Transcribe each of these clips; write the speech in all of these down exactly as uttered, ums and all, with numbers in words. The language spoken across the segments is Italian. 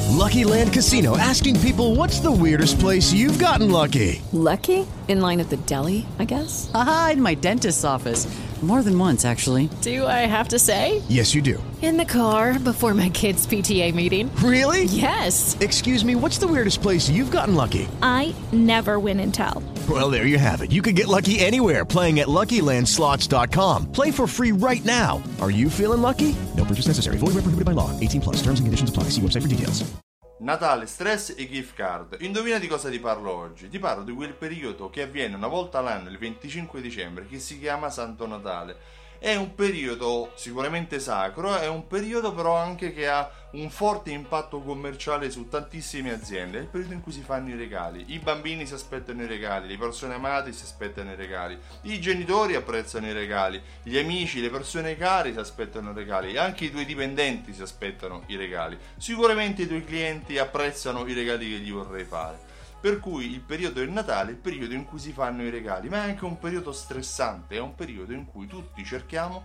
Lucky Land Casino, asking people, what's the weirdest place you've gotten lucky? Lucky? In line at the deli, I guess? Aha, in my dentist's office. More than once, actually. Do I have to say? Yes, you do. In the car before my kids' P T A meeting. Really? Yes. Excuse me, what's the weirdest place you've gotten lucky? I never win and tell. Well, there you have it. You can get lucky anywhere, playing at Lucky Land Slots dot com. Play for free right now. Are you feeling lucky? No purchase necessary. Void where prohibited by law. eighteen plus. Terms and conditions apply. See website for details. Natale, stress e gift card. Indovina di cosa ti parlo oggi? Ti parlo di quel periodo che avviene una volta all'anno, il venticinque dicembre, che si chiama Santo Natale. È un periodo sicuramente sacro, è un periodo però anche che ha un forte impatto commerciale su tantissime aziende. È il periodo in cui si fanno i regali, i bambini si aspettano i regali, le persone amate si aspettano i regali, i genitori apprezzano i regali, gli amici, le persone care si aspettano i regali, anche i tuoi dipendenti si aspettano i regali, sicuramente i tuoi clienti apprezzano i regali che gli vorrei fare. Per cui il periodo del Natale è il periodo in cui si fanno i regali, ma è anche un periodo stressante, è un periodo in cui tutti cerchiamo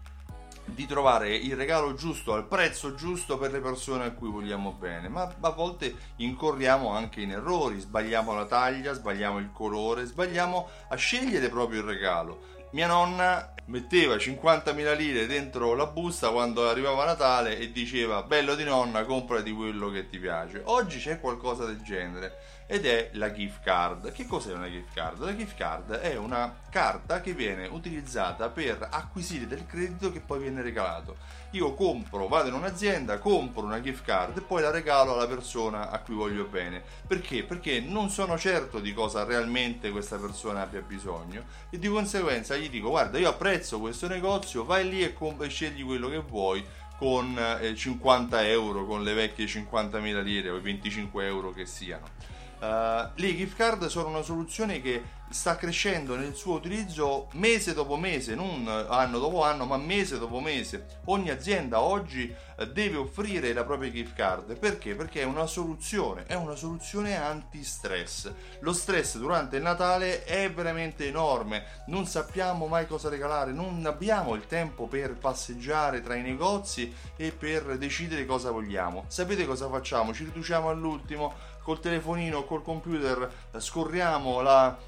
di trovare il regalo giusto al prezzo giusto per le persone a cui vogliamo bene, ma a volte incorriamo anche in errori, sbagliamo la taglia, sbagliamo il colore, sbagliamo a scegliere proprio il regalo. Mia nonna metteva cinquantamila lire dentro la busta quando arrivava Natale e diceva: bello di nonna, comprati quello che ti piace. Oggi c'è qualcosa del genere ed è la gift card. Che cos'è una gift card? La gift card è una carta che viene utilizzata per acquisire del credito che poi viene regalato. Io compro, vado in un'azienda, compro una gift card e poi la regalo alla persona a cui voglio bene. Perché? Perché non sono certo di cosa realmente questa persona abbia bisogno e di conseguenza gli dico: guarda, io apprezzo questo negozio, vai lì e, comp- e scegli quello che vuoi con eh, cinquanta euro, con le vecchie cinquantamila lire o i venticinque euro che siano. Uh, le gift card sono una soluzione che sta crescendo nel suo utilizzo mese dopo mese, non anno dopo anno, ma mese dopo mese. Ogni azienda oggi deve offrire la propria gift card. Perché? Perché è una soluzione, è una soluzione anti-stress. Lo stress durante il Natale è veramente enorme, non sappiamo mai cosa regalare, non abbiamo il tempo per passeggiare tra i negozi e per decidere cosa vogliamo. Sapete cosa facciamo? Ci riduciamo all'ultimo, col telefonino, col computer, scorriamo la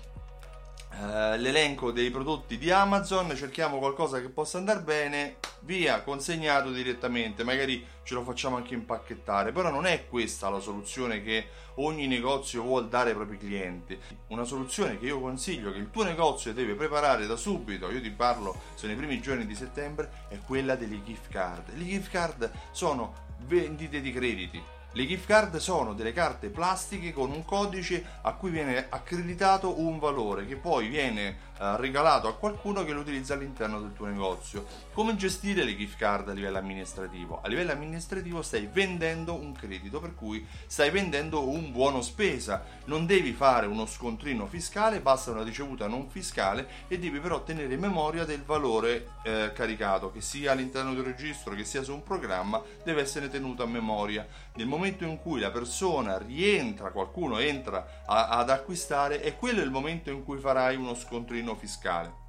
Uh, l'elenco dei prodotti di Amazon, cerchiamo qualcosa che possa andare bene, via, consegnato direttamente, magari ce lo facciamo anche impacchettare, però non è questa la soluzione che ogni negozio vuol dare ai propri clienti. Una soluzione che io consiglio, che il tuo negozio deve preparare da subito, io ti parlo, sono i primi giorni di settembre, è quella delle gift card. Le gift card sono vendite di crediti. Le gift card sono delle carte plastiche con un codice a cui viene accreditato un valore che poi viene uh, regalato a qualcuno che lo utilizza all'interno del tuo negozio. Come gestire le gift card a livello amministrativo? A livello amministrativo stai vendendo un credito, per cui stai vendendo un buono spesa. Non devi fare uno scontrino fiscale, basta una ricevuta non fiscale e devi però tenere memoria del valore eh, caricato, che sia all'interno del registro, che sia su un programma, deve essere tenuto a memoria. Nel momento in cui la persona rientra, qualcuno entra a, ad acquistare, è quello il momento in cui farai uno scontrino fiscale.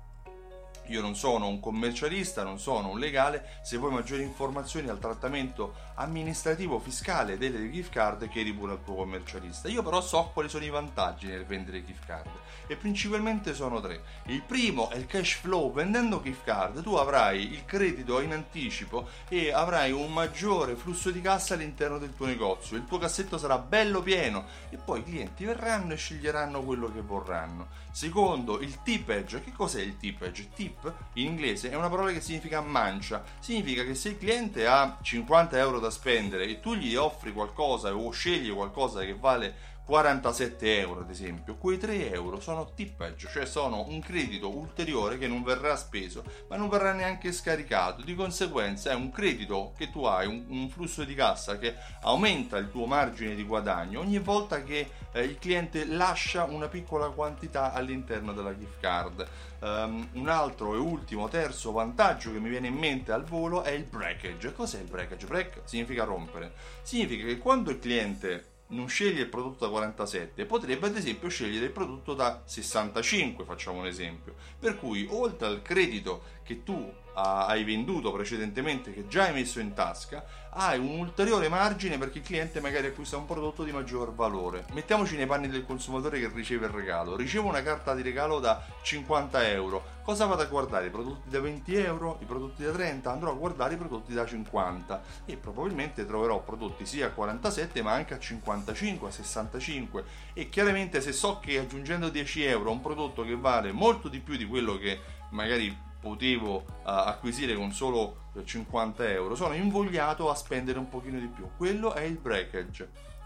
Io non sono un commercialista, non sono un legale, se vuoi maggiori informazioni al trattamento amministrativo fiscale delle gift card chiedi pure al tuo commercialista. Io però so quali sono i vantaggi nel vendere gift card e principalmente sono tre. Il primo è il cash flow. Vendendo gift card tu avrai il credito in anticipo e avrai un maggiore flusso di cassa all'interno del tuo negozio, il tuo cassetto sarà bello pieno e poi i clienti verranno e sceglieranno quello che vorranno. Secondo, il tippage. Che cos'è il tippage? Tip in inglese è una parola che significa mancia, significa che se il cliente ha cinquanta euro da spendere e tu gli offri qualcosa o scegli qualcosa che vale quarantasette euro ad esempio, quei tre euro sono tippage, cioè sono un credito ulteriore che non verrà speso ma non verrà neanche scaricato. Di conseguenza è un credito che tu hai, un, un flusso di cassa che aumenta il tuo margine di guadagno ogni volta che eh, il cliente lascia una piccola quantità all'interno della gift card. Um, un altro e ultimo, terzo vantaggio che mi viene in mente al volo è il breakage. Cos'è il breakage? Break significa rompere, significa che quando il cliente non sceglie il prodotto da quarantasette, potrebbe ad esempio scegliere il prodotto da sessantacinque, facciamo un esempio, per cui oltre al credito che tu hai venduto precedentemente, che già hai messo in tasca, hai un ulteriore margine perché il cliente magari acquista un prodotto di maggior valore. Mettiamoci nei panni del consumatore che riceve il regalo. Ricevo una carta di regalo da cinquanta euro. Cosa vado a guardare? I prodotti da venti euro? I prodotti da trenta? Andrò a guardare i prodotti da cinquanta e probabilmente troverò prodotti sia a quarantasette ma anche a cinquantacinque, a sessantacinque, e chiaramente se so che aggiungendo dieci euro un prodotto che vale molto di più di quello che magari potevo uh, acquisire con solo cinquanta euro, sono invogliato a spendere un pochino di più. Quello è il breakage.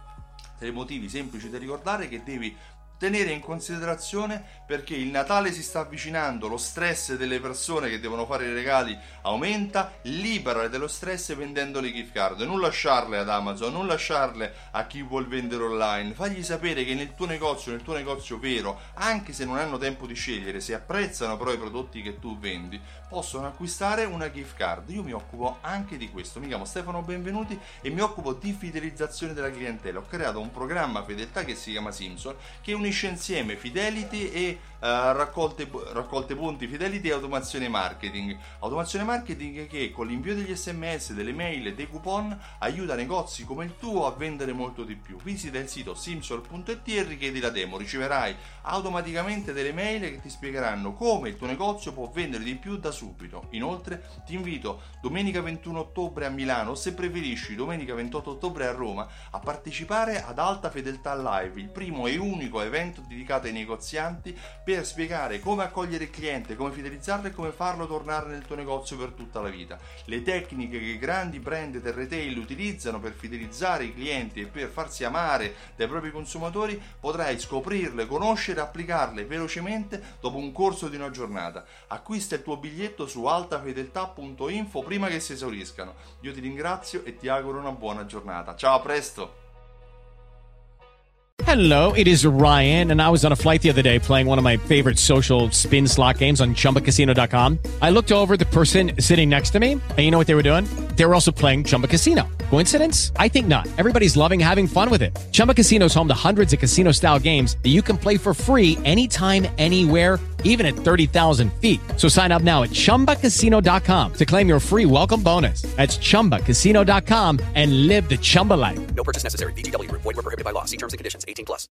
Tre motivi semplici da ricordare che devi tenere in considerazione, perché il Natale si sta avvicinando, lo stress delle persone che devono fare i regali aumenta. Liberale dello stress vendendo le gift card, non lasciarle ad Amazon, non lasciarle a chi vuol vendere online, fagli sapere che nel tuo negozio, nel tuo negozio vero, anche se non hanno tempo di scegliere, se apprezzano però i prodotti che tu vendi, possono acquistare una gift card. Io mi occupo anche di questo, mi chiamo Stefano Benvenuti e mi occupo di fidelizzazione della clientela. Ho creato un programma fedeltà che si chiama Simsol, che unisce insieme Fidelity e uh, raccolte, raccolte punti Fidelity e automazione marketing. Automazione marketing che con l'invio degli sms, delle mail e dei coupon aiuta negozi come il tuo a vendere molto di più. Visita il sito simsol punto it e richiedi la demo, riceverai automaticamente delle mail che ti spiegheranno come il tuo negozio può vendere di più da subito. Inoltre ti invito domenica ventuno ottobre a Milano, o se preferisci domenica ventotto ottobre a Roma, a partecipare ad Alta Fedeltà Live, il primo e unico evento dedicato ai negozianti per spiegare come accogliere il cliente, come fidelizzarlo e come farlo tornare nel tuo negozio per tutta la vita. Le tecniche che i grandi brand del retail utilizzano per fidelizzare i clienti e per farsi amare dai propri consumatori potrai scoprirle, conoscere e applicarle velocemente dopo un corso di una giornata. Acquista il tuo biglietto su altafedeltà punto info prima che si esauriscano. Io ti ringrazio e ti auguro una buona giornata. Ciao, a presto! Hello, it is Ryan, and I was on a flight the other day playing one of my favorite social spin slot games on chumba casino dot com. I looked over at the person sitting next to me, and you know what they were doing? They were also playing Chumba Casino. Coincidence? I think not. Everybody's loving having fun with it. Chumba Casino is home to hundreds of casino-style games that you can play for free anytime, anywhere, even at thirty thousand feet. So sign up now at chumba casino dot com to claim your free welcome bonus. That's chumba casino dot com and live the Chumba life. No purchase necessary. V G W. Void where prohibited by law. See terms and conditions. eighteen plus.